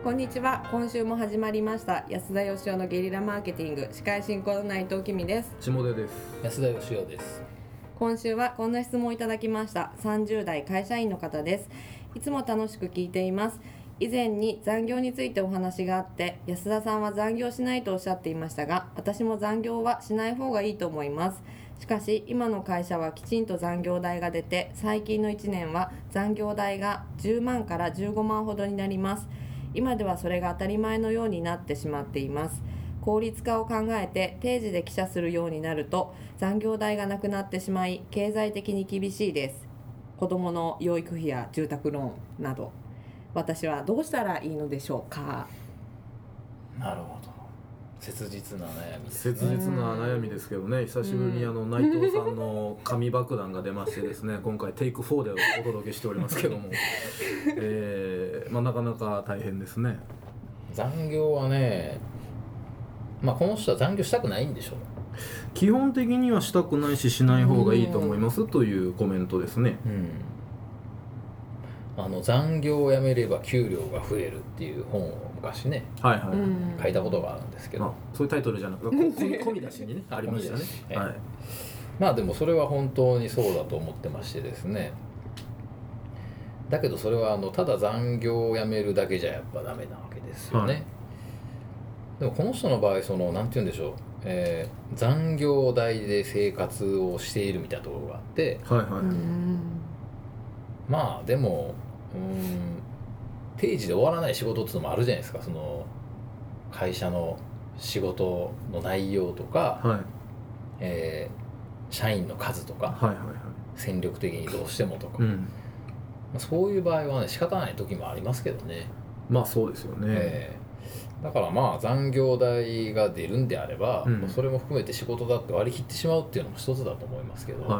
こんにちは。今週も始まりました安田義雄のゲリラマーケティング、司会進行の内藤貴美です。 下出です。 安田義雄です。 今週はこんな質問をいただきました。30代会社員の方です。いつも楽しく聞いています。以前に残業についてお話があって、安田さんは残業しないとおっしゃっていましたが、私も残業はしない方がいいと思います。しかし今の会社はきちんと残業代が出て、最近の1年は残業代が10万から15万ほどになります。今ではそれが当たり前のようになってしまっています。効率化を考えて定時で帰社するようになると残業代がなくなってしまい、経済的に厳しいです。子どもの養育費や住宅ローンなど、私はどうしたらいいのでしょうか。 なるほど。切実な悩みですね。 切実な悩みですけどね、久しぶりに内藤さんの紙爆弾が出ましてですね、今回テイク4でお届けしておりますけども、なかなか大変ですね。 残業はね、この人は残業したくないんでしょう。 基本的にはしたくないし、しない方がいいと思いますというコメントですね。 残業をやめれば給料が増えるっていう本を昔ね、書いたことがあるんですけど、 そういうタイトルじゃなくて込み出しにねありましたね。 でもそれは本当にそうだと思ってましてですね。だけどそれはただ残業をやめるだけじゃやっぱダメなわけですよね。でもこの人の場合なんて言うんでしょう、残業代で生活をしているみたいなところがあって、でも定時で終わらない仕事っていうのもあるじゃないですか。その会社の仕事の内容とか、社員の数とか、戦力的にどうしてもとか、そういう場合はね仕方ない時もありますけどね。 そうですよね。 だから残業代が出るんであれば、それも含めて仕事だって割り切ってしまうっていうのも一つだと思いますけど、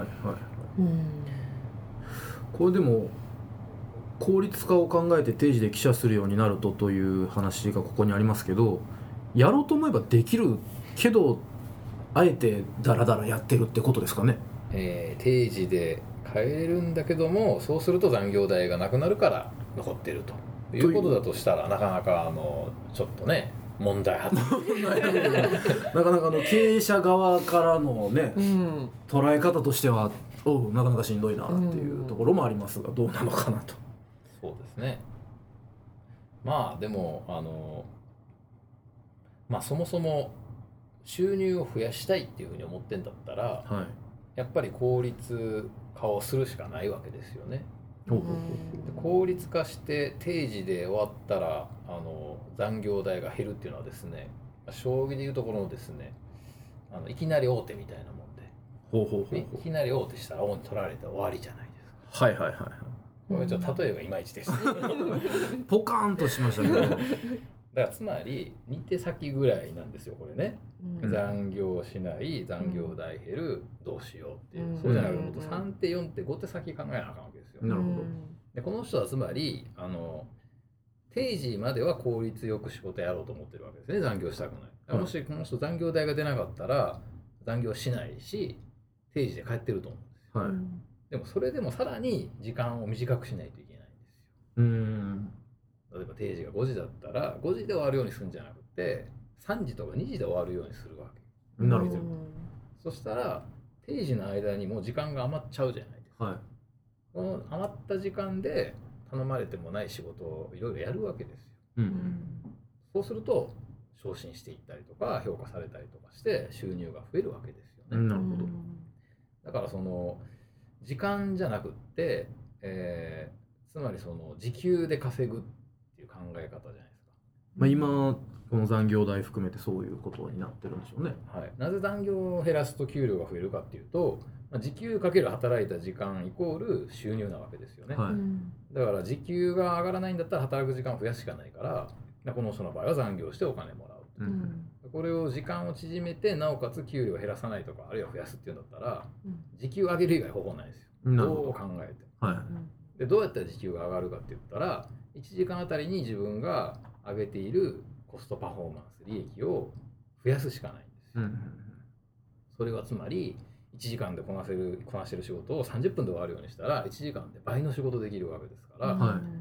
これでも効率化を考えて定時で帰社するようになるという話がここにありますけど、やろうと思えばできるけどあえてダラダラやってるってことですかね。 定時で帰れるんだけども、そうすると残業代がなくなるから残ってるということだとしたら、なかなかちょっとね問題発言なかなか経営者側からのね、捉え方としてはなかなかしんどいなっていうところもありますが、どうなのかなと。 そうですね。でもそもそも収入を増やしたいっていうふうに思ってんだったら、やっぱり効率化をするしかないわけですよね。効率化して定時で終わったら残業代が減るっていうのはですね、将棋でいうところのですね、いきなり大手みたいなもんで、いきなり大手したら大に取られて終わりじゃないですか。これちょっと例えがいまいちですねポカーンとしましたけどだからつまり2手先ぐらいなんですよこれね。残業しない、残業代減る、どうしようっていう、そうじゃなくて3手4手5手先考えなあかんわけですよ。 なるほど。 でこの人はつまり定時までは効率よく仕事やろうと思ってるわけですね。残業したくない。もしこの人残業代が出なかったら残業しないし定時で帰ってると思うんですよ。でもそれでもさらに時間を短くしないといけないんですよ。例えば定時が5時だったら5時で終わるようにするんじゃなくて3時とか2時で終わるようにするわけ。 なるほど。 そしたら定時の間にもう時間が余っちゃうじゃないですか。この余った時間で頼まれてもない仕事をいろいろやるわけですよ。そうすると昇進していったりとか評価されたりとかして収入が増えるわけですよね。 なるほど。 だから時間じゃなくって、つまり時給で稼ぐっていう考え方じゃないですか。 今この残業代含めてそういうことになってるんでしょうね。 なぜ残業を減らすと給料が増えるかっていうと、時給かける働いた時間イコール収入なわけですよね。だから時給が上がらないんだったら働く時間を増やすしかないから、この人の場合は残業してお金もらう。これを時間を縮めてなおかつ給料を減らさないとかあるいは増やすっていうんだったら、時給上げる以外方法ないですよ。どう考えて。でどうやったら時給が上がるかって言ったら1時間あたりに自分が上げているコストパフォーマンス利益を増やすしかないんですよ。それはつまり1時間でこなしてる仕事を30分で終わるようにしたら1時間で倍の仕事できるわけですから、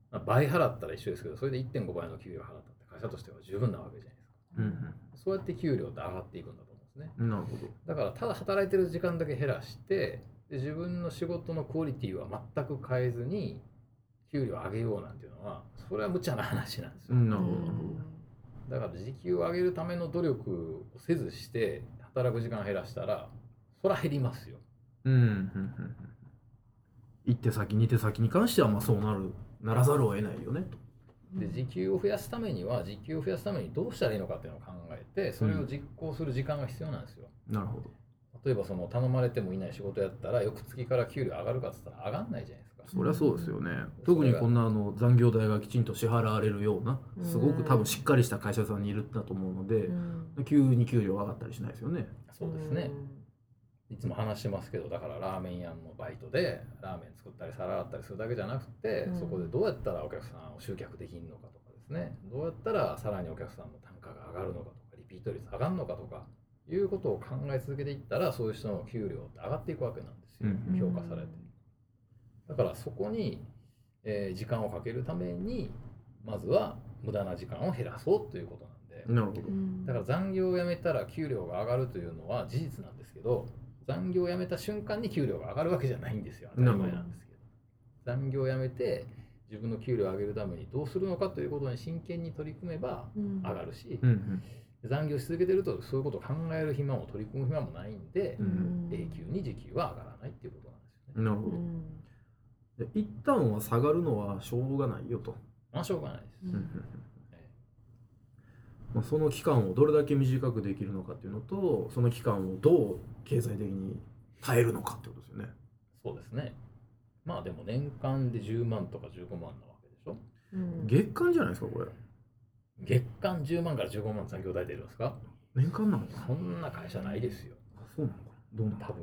倍払ったら一緒ですけど、それで 1.5 倍の給料払ったって会社としては十分なわけじゃないですか。 うん、 そうやって給料って上がっていくんだと思うんですね。 なるほど。 だからただ働いてる時間だけ減らして、で自分の仕事のクオリティは全く変えずに給料を上げようなんていうのは、それは無茶な話なんですよ。 なるほど。 だから時給を上げるための努力をせずして働く時間を減らしたら、そら減りますよ。 一手先二手先に関してはまあそうならざるを得ないよねと。 で時給を増やすためには、時給を増やすためにどうしたらいいのかっていうのを考えて、それを実行する時間が必要なんですよ。 なるほど。 例えばその頼まれてもいない仕事やったら、翌月から給料上がるかっつったら上がんないじゃないですか。 そりゃそうですよね。特にこんな残業代がきちんと支払われるような、すごく多分しっかりした会社さんにいるんだと思うので、急に給料上がったりしないですよね。 そうですね。いつも話してますけど、だからラーメン屋のバイトでラーメン作ったり皿洗ったりするだけじゃなくて、そこでどうやったらお客さんを集客できるのかとかですね、どうやったらさらにお客さんの単価が上がるのかとか、リピート率上がるのかとかいうことを考え続けていったら、そういう人の給料って上がっていくわけなんですよ、評価されて。だからそこに、時間をかけるために、まずは無駄な時間を減らそうということなんで。 なるほど。 だから残業をやめたら給料が上がるというのは事実なんですけど、残業をやめた瞬間に給料が上がるわけじゃないんですよ。当たり前なんですけど。残業をやめて自分の給料を上げるためにどうするのかということに真剣に取り組めば上がるし、残業し続けてるとそういうことを考える暇も取り組む暇もないんで、永久に時給は上がらないっていうことなんですよね。 なるほど。で一旦は下がるのはしょうがないよと。 まあしょうがないです。 まあその期間をどれだけ短くできるのかっていうのと、その期間をどう経済的に耐えるのかってことですよね。 そうですね。まあでも年間で10万とか15万なわけでしょ。 月間じゃないですかこれ。 月間10万から15万残業代出るんですか？ 年間なのかな。 そんな会社ないですよ。 あ、そうなのかな。どうなの？ 多分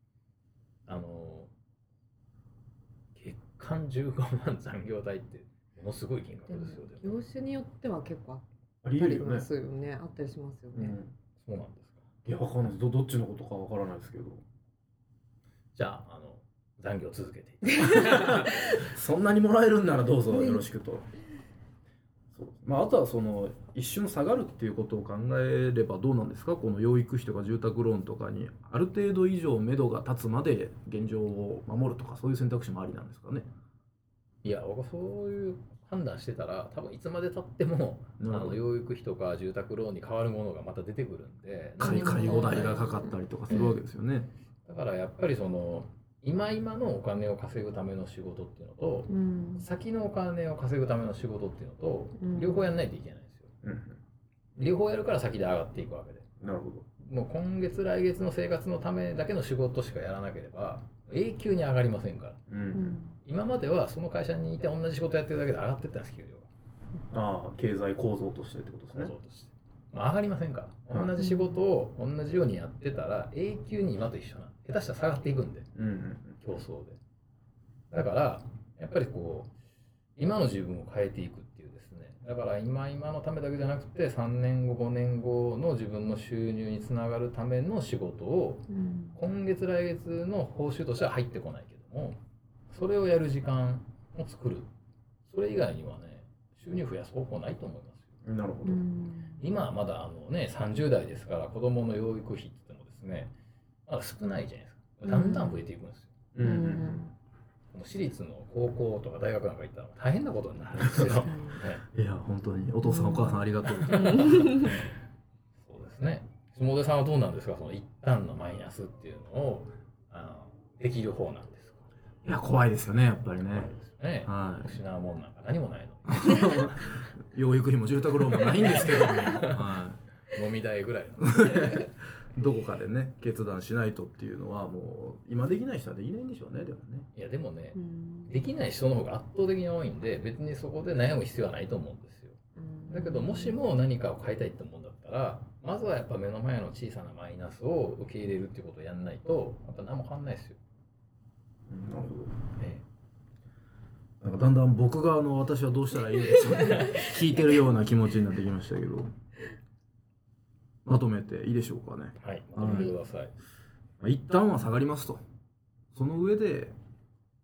月間15万残業代ってものすごい金額ですよ。 業種によっては結構ありえるよね。 あったりしますよね。 そうなんですか。 いや、わかんないです。どっちのことかわからないですけど。 じゃあ残業続けてそんなにもらえるんならどうぞよろしくと。そう、まあ、あとはその一瞬下がるっていうことを考えればどうなんですか。この養育費とか住宅ローンとかにある程度以上目処が立つまで現状を守るとか、そういう選択肢もありなんですかね。 いや、僕はそういう判断してたら多分いつまでたっても養育費とか住宅ローンに変わるものがまた出てくるんで、 介護代がかかったりとかするわけですよね。 だからやっぱりその今のお金を稼ぐための仕事っていうのと、先のお金を稼ぐための仕事っていうのと、両方やんないといけないんですよ。両方やるから先で上がっていくわけで。 なるほど。 もう今月来月の生活のためだけの仕事しかやらなければ永久に上がりませんから。今まではその会社にいて同じ仕事やってるだけで上がってったんです、給料が。 ああ、経済構造としてってことですね。 構造として。まあ、上がりませんから。同じ仕事を同じようにやってたら永久に今と一緒なの。下手したら下がっていくんで、競争で。だからやっぱりこう今の自分を変えていくっていうですね。だから今のためだけじゃなくて3年後5年後の自分の収入につながるための仕事を、今月来月の報酬としては入ってこないけども、それをやる時間を作る。それ以外にはね、収入増やす方法ないと思いますよ。 なるほど。 今はまだ30代ですから、子供の養育費って言ってもですね、まだ少ないじゃないですか。だんだん増えていくんですよ。私立の高校とか大学なんか行ったら大変なことになるんですよ。 いや、本当にお父さんお母さんありがとう。そうですね。下出さんはどうなんですか、その一旦のマイナスっていうのをできる方なんですか。 いや、怖いですよね、やっぱりね。 失うもんなんか何もないの。 養育費も住宅ローンもないんですけども、 飲み代ぐらいどこかでね決断しないとっていうのはもう今できない人はできないんでしょうね。でもね、 いやでもね、できない人の方が圧倒的に多いんで、別にそこで悩む必要はないと思うんですよ。だけどもしも何かを変えたいって思うんだったら、まずはやっぱ目の前の小さなマイナスを受け入れるっていうことをやんないとやっぱ何も変わんないですよ。 なるほど。なんかだんだん僕が私はどうしたらいいのですか聞いてるような気持ちになってきましたけど、まとめていいでしょうかね。 はい、まとめてください。 一旦は下がりますと。その上で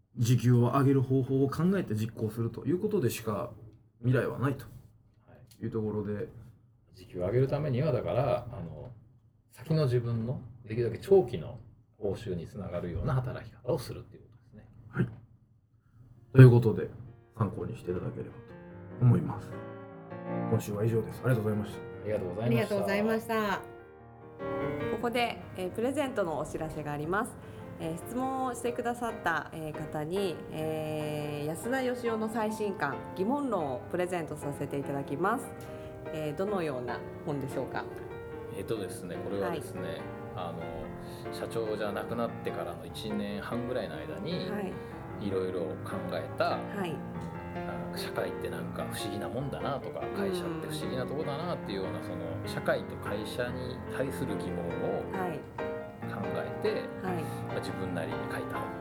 時給を上げる方法を考えて実行するということでしか未来はないというところで、 時給を上げるためにはだから先の自分のできるだけ長期の報酬につながるような働き方をするっていうことですね。 はい。ということで参考にしていただければと思います。今週は以上です。ありがとうございました。 ありがとうございました。 ありがとうございました。ここで、プレゼントのお知らせがあります。質問をしてくださった、方に、安田義雄の最新刊疑問論をプレゼントさせていただきます。どのような本でしょうか。 ですね、これはですね、社長じゃなくなってからの1年半ぐらいの間に、いろいろ考えた、社会ってなんか不思議なもんだなとか、会社って不思議なとこだなっていうような、その社会と会社に対する疑問を考えて、自分なりに書いた本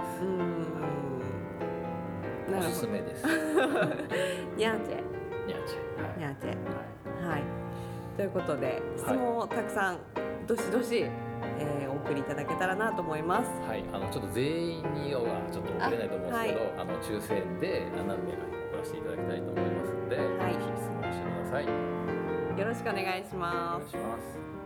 なんです。おすすめです。 ニャーチェ。はい。ということで質問をたくさんどしどし、お送りいただけたらなと思います。 はい。ちょっと全員にはちょっと送れないと思うんですけど、抽選で何名かに送らせていただきたいと思いますので、ぜひ質問してください。 よろしくお願いします。 お願いします。